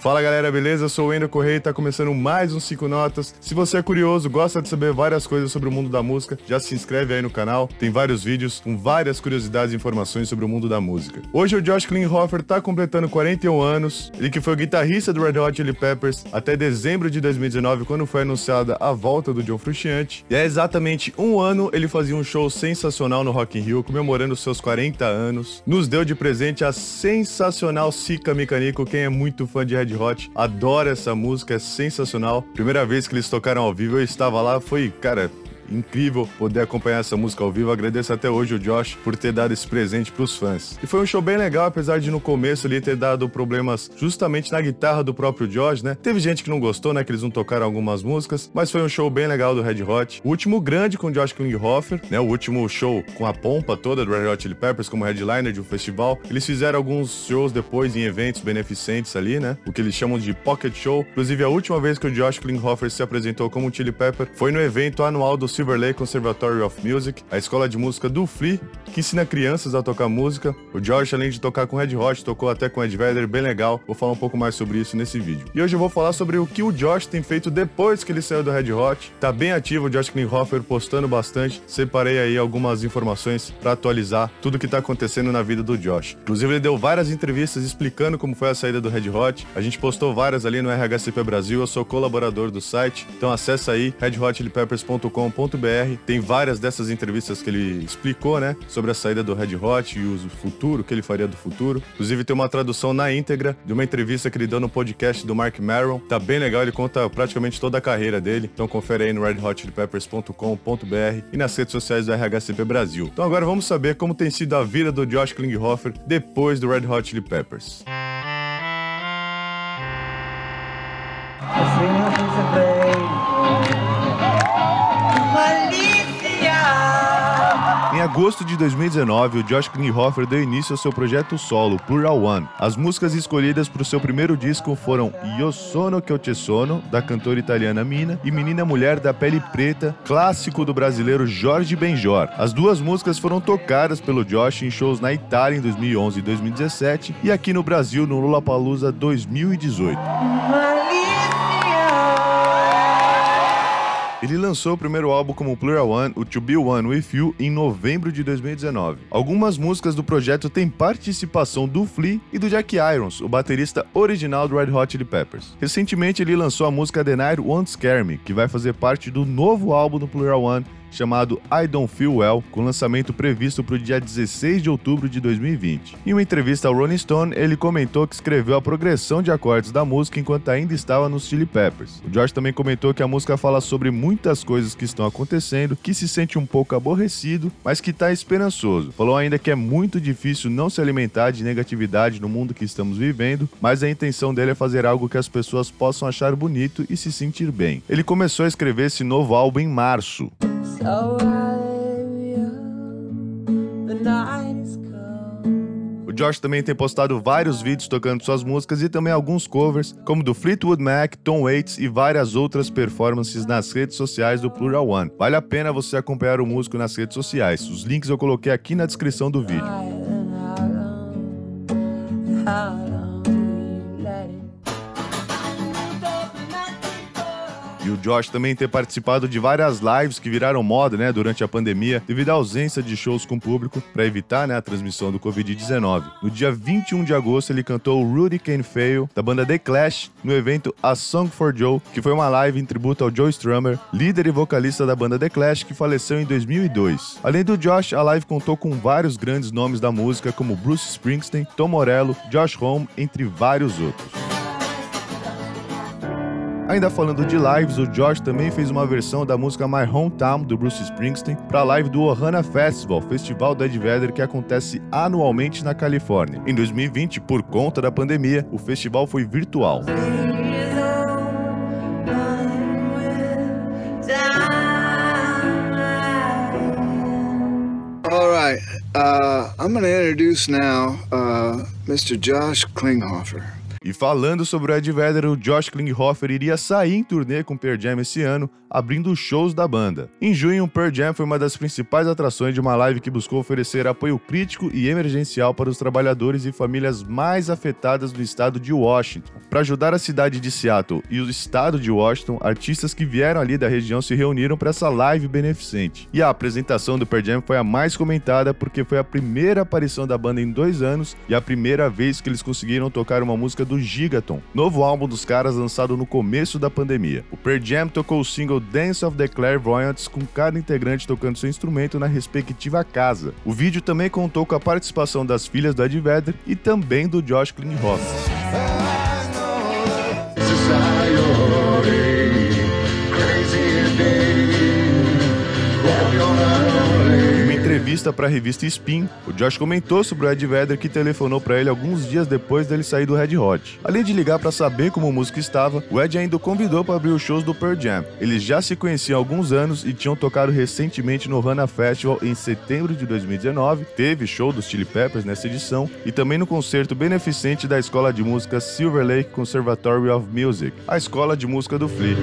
Fala galera, beleza? Eu sou o Wendel Correia e tá começando mais um 5 Notas. Se você é curioso, gosta de saber várias coisas sobre o mundo da música, já se inscreve aí no canal. Tem vários vídeos com várias curiosidades e informações sobre o mundo da música. Hoje o Josh Klinghoffer tá completando 41 anos. Ele que foi o guitarrista do Red Hot Chili Peppers até dezembro de 2019, quando foi anunciada a volta do John Frusciante. E há exatamente um ano ele fazia um show sensacional no Rock in Rio, comemorando seus 40 anos. Nos deu de presente a sensacional Sika Mecânico. Quem é muito fã de Red Hot adora essa música, é sensacional. Primeira vez que eles tocaram ao vivo, eu estava lá, foi, cara, incrível poder acompanhar essa música ao vivo. Agradeço até hoje o Josh por ter dado esse presente pros fãs. E foi um show bem legal, apesar de no começo ele ter dado problemas justamente na guitarra do próprio Josh, né? Teve gente que não gostou, né? Que eles não tocaram algumas músicas, mas foi um show bem legal do Red Hot. O último grande com o Josh Klinghoffer, né? O último show com a pompa toda do Red Hot Chili Peppers como headliner de um festival. Eles fizeram alguns shows depois em eventos beneficentes ali, né? O que eles chamam de pocket show. Inclusive, a última vez que o Josh Klinghoffer se apresentou como Chili Pepper foi no evento anual do Silver Lake Conservatory of Music, a escola de música do Flea, que ensina crianças a tocar música. O Josh, além de tocar com Red Hot, tocou até com Ed Vedder, bem legal. Vou falar um pouco mais sobre isso nesse vídeo. E hoje eu vou falar sobre o que o Josh tem feito depois que ele saiu do Red Hot. Tá bem ativo o Josh Klinghoffer, postando bastante. Separei aí algumas informações para atualizar tudo que tá acontecendo na vida do Josh. Inclusive, ele deu várias entrevistas explicando como foi a saída do Red Hot. A gente postou várias ali no RHCP Brasil, eu sou colaborador do site, então acessa aí redhotchilipeppers.com.br. Tem várias dessas entrevistas que ele explicou, né, sobre a saída do Red Hot e o futuro, o que ele faria do futuro. Inclusive tem uma tradução na íntegra de uma entrevista que ele deu no podcast do Mark Maron. Tá bem legal, ele conta praticamente toda a carreira dele. Então confere aí no redhotchilipeppers.com.br e nas redes sociais do RHCP Brasil. Então agora vamos saber como tem sido a vida do Josh Klinghoffer depois do Red Hot Chili Peppers. Em agosto de 2019, o Josh Klinghoffer deu início ao seu projeto solo, Plural One. As músicas escolhidas para o seu primeiro disco foram Io Sono Che Te Sono, da cantora italiana Mina, e Menina Mulher da Pele Preta, clássico do brasileiro Jorge Benjor. As duas músicas foram tocadas pelo Josh em shows na Itália em 2011 e 2017 e aqui no Brasil no Lollapalooza 2018. Ele lançou o primeiro álbum como Plural One, o To Be One With You, em novembro de 2019. Algumas músicas do projeto têm participação do Flea e do Jack Irons, o baterista original do Red Hot Chili Peppers. Recentemente ele lançou a música The Night Won't Scare Me, que vai fazer parte do novo álbum do Plural One, chamado I Don't Feel Well, com lançamento previsto para o dia 16 de outubro de 2020. Em uma entrevista ao Rolling Stone, ele comentou que escreveu a progressão de acordes da música enquanto ainda estava nos Chili Peppers. O Josh também comentou que a música fala sobre muitas coisas que estão acontecendo, que se sente um pouco aborrecido, mas que está esperançoso. Falou ainda que é muito difícil não se alimentar de negatividade no mundo que estamos vivendo, mas a intenção dele é fazer algo que as pessoas possam achar bonito e se sentir bem. Ele começou a escrever esse novo álbum em março. O Josh também tem postado vários vídeos tocando suas músicas e também alguns covers, como do Fleetwood Mac, Tom Waits e várias outras performances nas redes sociais do Plural One. Vale a pena você acompanhar o músico nas redes sociais. Os links eu coloquei aqui na descrição do vídeo. E o Josh também tem participado de várias lives que viraram moda, né, durante a pandemia, devido à ausência de shows com público, para evitar, né, a transmissão do Covid-19. No dia 21 de agosto, ele cantou o Rudy Can't Fail, da banda The Clash, no evento A Song for Joe, que foi uma live em tributo ao Joe Strummer, líder e vocalista da banda The Clash, que faleceu em 2002. Além do Josh, a live contou com vários grandes nomes da música, como Bruce Springsteen, Tom Morello, Josh Homme, entre vários outros. Ainda falando de lives, o Josh também fez uma versão da música My Hometown, do Bruce Springsteen, para a live do Ohana Festival, festival do Ed Vedder que acontece anualmente na Califórnia. Em 2020, por conta da pandemia, o festival foi virtual. All right, I'm going to introduce now Mr. Josh Klinghoffer. E falando sobre o Ed Vedder, o Josh Klinghoffer iria sair em turnê com o Pearl Jam esse ano, abrindo shows da banda. Em junho, o Pearl Jam foi uma das principais atrações de uma live que buscou oferecer apoio crítico e emergencial para os trabalhadores e famílias mais afetadas do estado de Washington. Para ajudar a cidade de Seattle e o estado de Washington, artistas que vieram ali da região se reuniram para essa live beneficente. E a apresentação do Pearl Jam foi a mais comentada porque foi a primeira aparição da banda em 2 anos e a primeira vez que eles conseguiram tocar uma música do Gigaton, novo álbum dos caras lançado no começo da pandemia. O Pearl Jam tocou o single Dance of the Clairvoyants com cada integrante tocando seu instrumento na respectiva casa. O vídeo também contou com a participação das filhas do Ed Vedder e também do Josh Klinghoffer. Em entrevista para a revista Spin, o Josh comentou sobre o Ed Vedder que telefonou para ele alguns dias depois dele sair do Red Hot. Além de ligar para saber como o músico estava, o Ed ainda o convidou para abrir os shows do Pearl Jam. Eles já se conheciam há alguns anos e tinham tocado recentemente no Havana Festival em setembro de 2019, teve show dos Chili Peppers nessa edição e também no concerto beneficente da escola de música Silver Lake Conservatory of Music, a escola de música do Flea.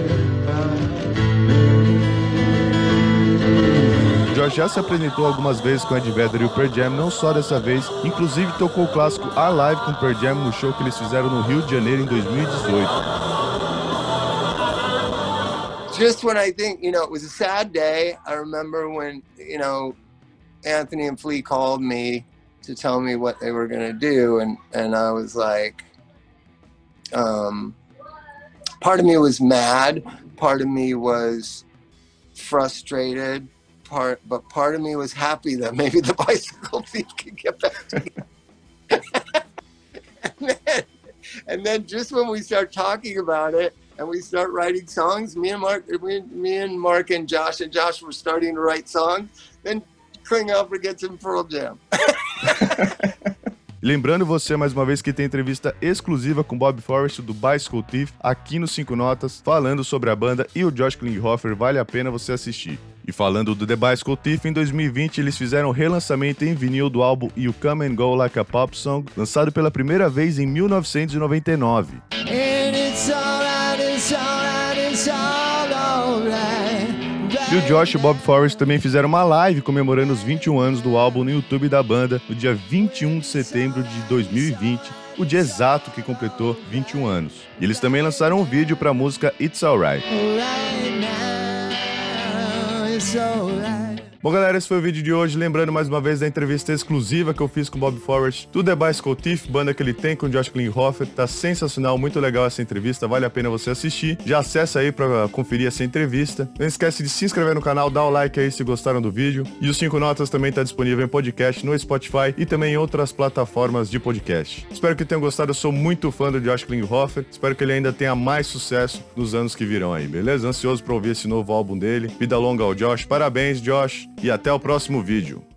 Josh já se apresentou algumas vezes com Ed Vedder e o Pearl Jam, não só dessa vez, inclusive tocou o clássico Alive com o Pearl Jam no show que eles fizeram no Rio de Janeiro em 2018. Just when I think, it was a sad day. I remember when, Anthony and Flea called me to tell me what they were going to do, and I was like, part of me was mad, part of me was frustrated, but part of me was happy that maybe the Bicycle Thief could get back together. and then just when we start talking about it and we start writing songs, me and Mark and Josh were starting to write songs, then Klinghoffer gets in Pearl Jam. Lembrando você mais uma vez que tem entrevista exclusiva com Bob Forrest do Bicycle Thief aqui no 5 Notas, falando sobre a banda e o Josh Klinghoffer, vale a pena você assistir. E falando do The Bicycle Thief, em 2020 eles fizeram o relançamento em vinil do álbum You Come and Go Like a Pop Song, lançado pela primeira vez em 1999. E o Josh e o Bob Forrest também fizeram uma live comemorando os 21 anos do álbum no YouTube da banda, no dia 21 de setembro de 2020, o dia exato que completou 21 anos. E eles também lançaram um vídeo para a música It's Alright. Bom, galera, esse foi o vídeo de hoje. Lembrando mais uma vez da entrevista exclusiva que eu fiz com o Bob Forrest do The Bicycle Thief, banda que ele tem com o Josh Klinghoffer. Tá sensacional, muito legal essa entrevista, vale a pena você assistir. Já acessa aí pra conferir essa entrevista. Não esquece de se inscrever no canal, dá o like aí se gostaram do vídeo. E o 5 Notas também tá disponível em podcast no Spotify e também em outras plataformas de podcast. Espero que tenham gostado, eu sou muito fã do Josh Klinghoffer. Espero que ele ainda tenha mais sucesso nos anos que virão aí, beleza? Ansioso pra ouvir esse novo álbum dele. Vida longa ao Josh. Parabéns, Josh. E até o próximo vídeo.